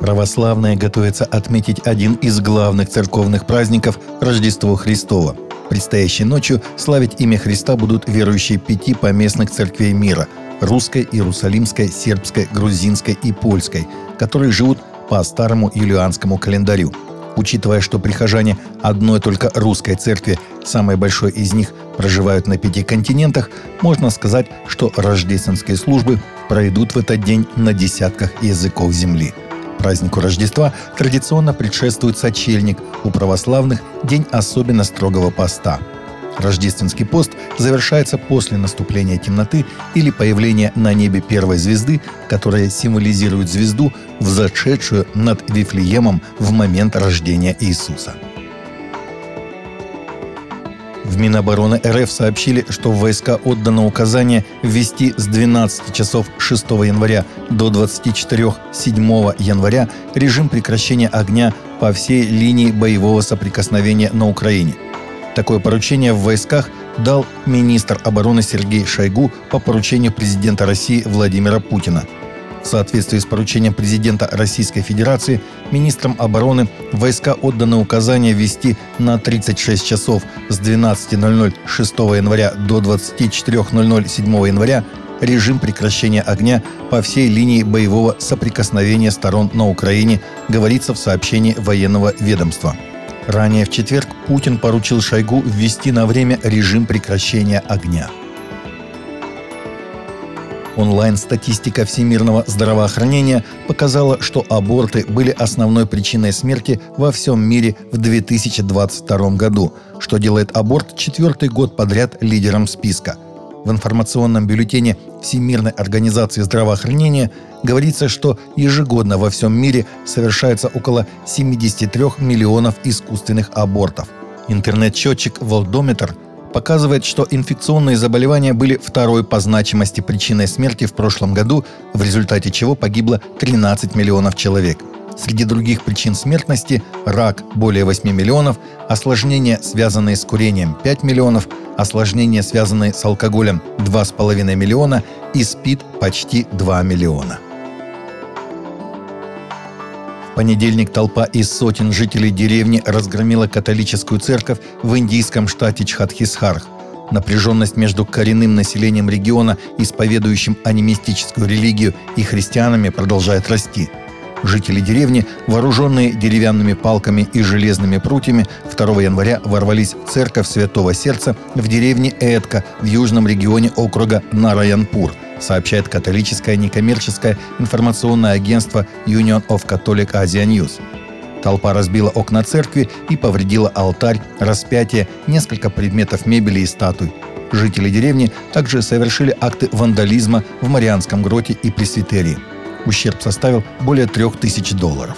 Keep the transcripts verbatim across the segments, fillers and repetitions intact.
Православные готовятся отметить один из главных церковных праздников – Рождество Христово. Предстоящей ночью славить имя Христа будут верующие пяти поместных церквей мира – русской, иерусалимской, сербской, грузинской и польской, которые живут по старому юлианскому календарю. Учитывая, что прихожане одной только русской церкви, самой большой из них, проживают на пяти континентах, можно сказать, что рождественские службы пройдут в этот день на десятках языков земли. Празднику Рождества традиционно предшествует сочельник, у православных – день особенно строгого поста. Рождественский пост завершается после наступления темноты или появления на небе первой звезды, которая символизирует звезду, взошедшую над Вифлеемом в момент рождения Иисуса. В Минобороны РФ сообщили, что в войска отдано указание ввести с двенадцати часов шестого января до двадцати четырёх седьмого января режим прекращения огня по всей линии боевого соприкосновения на Украине. Такое поручение в войсках дал министр обороны Сергей Шойгу по поручению президента России Владимира Путина. В соответствии с поручением президента Российской Федерации, министрам обороны в войска отданы указания ввести на тридцать шесть часов с двенадцати ноль-ноль шестого января до двадцати четырёх ноль-ноль седьмого января режим прекращения огня по всей линии боевого соприкосновения сторон на Украине, говорится в сообщении военного ведомства. Ранее в четверг Путин поручил Шойгу ввести на время режим прекращения огня. Онлайн-статистика Всемирного здравоохранения показала, что аборты были основной причиной смерти во всем мире в две тысячи двадцать втором году, что делает аборт четвертый год подряд лидером списка. В информационном бюллетене Всемирной организации здравоохранения говорится, что ежегодно во всем мире совершается около семьдесят три миллионов искусственных абортов. Интернет-счетчик Волдометр показывает, что инфекционные заболевания были второй по значимости причиной смерти в прошлом году, в результате чего погибло тринадцать миллионов человек. Среди других причин смертности – рак – более восьми миллионов, осложнения, связанные с курением – пять миллионов, осложнения, связанные с алкоголем – два с половиной миллиона и СПИД – почти два миллиона. В понедельник толпа из сотен жителей деревни разгромила католическую церковь в индийском штате Чхатхисхар. Напряженность между коренным населением региона, исповедующим анимистическую религию, и христианами продолжает расти. Жители деревни, вооруженные деревянными палками и железными прутьями, второго января ворвались в церковь Святого Сердца в деревне Эдка в южном регионе округа Нараянпур, сообщает католическое некоммерческое информационное агентство Union of Catholic Asia News. Толпа разбила окна церкви и повредила алтарь, распятие, несколько предметов мебели и статуй. Жители деревни также совершили акты вандализма в Марианском гроте и пресвитерии. Ущерб составил более трех тысяч долларов.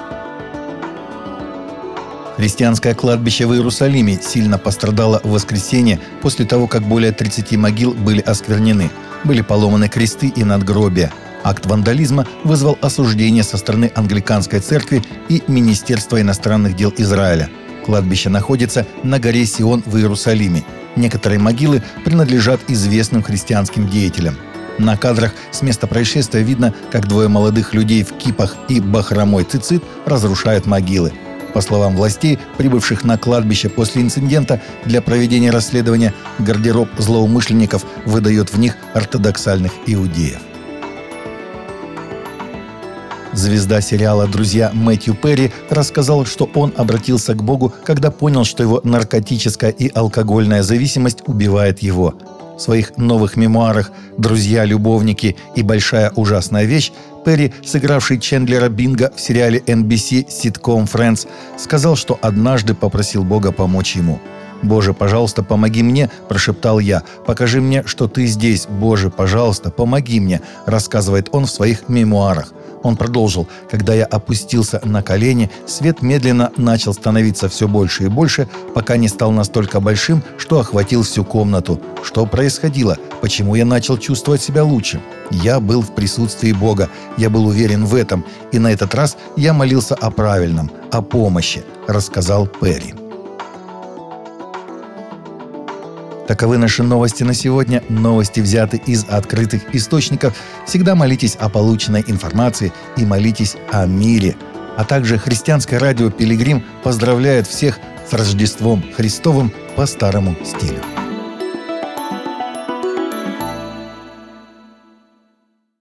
Христианское кладбище в Иерусалиме сильно пострадало в воскресенье после того, как более тридцати могил были осквернены. Были поломаны кресты и надгробия. Акт вандализма вызвал осуждение со стороны Англиканской церкви и Министерства иностранных дел Израиля. Кладбище находится на горе Сион в Иерусалиме. Некоторые могилы принадлежат известным христианским деятелям. На кадрах с места происшествия видно, как двое молодых людей в кипах и бахромой цицит разрушают могилы. По словам властей, прибывших на кладбище после инцидента, для проведения расследования гардероб злоумышленников выдает в них ортодоксальных иудеев. Звезда сериала «Друзья» Мэтью Перри рассказал, что он обратился к Богу, когда понял, что его наркотическая и алкогольная зависимость убивает его. В своих новых мемуарах «Друзья, любовники» и «Большая ужасная вещь» Перри, сыгравший Чендлера Бинга в сериале эн би си ситком «Френдс», сказал, что однажды попросил Бога помочь ему. «Боже, пожалуйста, помоги мне», – прошептал я. «Покажи мне, что ты здесь. Боже, пожалуйста, помоги мне», – рассказывает он в своих мемуарах. Он продолжил: «Когда я опустился на колени, свет медленно начал становиться все больше и больше, пока не стал настолько большим, что охватил всю комнату. Что происходило? Почему я начал чувствовать себя лучше? Я был в присутствии Бога, я был уверен в этом, и на этот раз я молился о правильном, о помощи», – рассказал Перри. Таковы наши новости на сегодня. Новости взяты из открытых источников. Всегда молитесь о полученной информации и молитесь о мире. А также христианское радио «Пилигрим» поздравляет всех с Рождеством Христовым по старому стилю.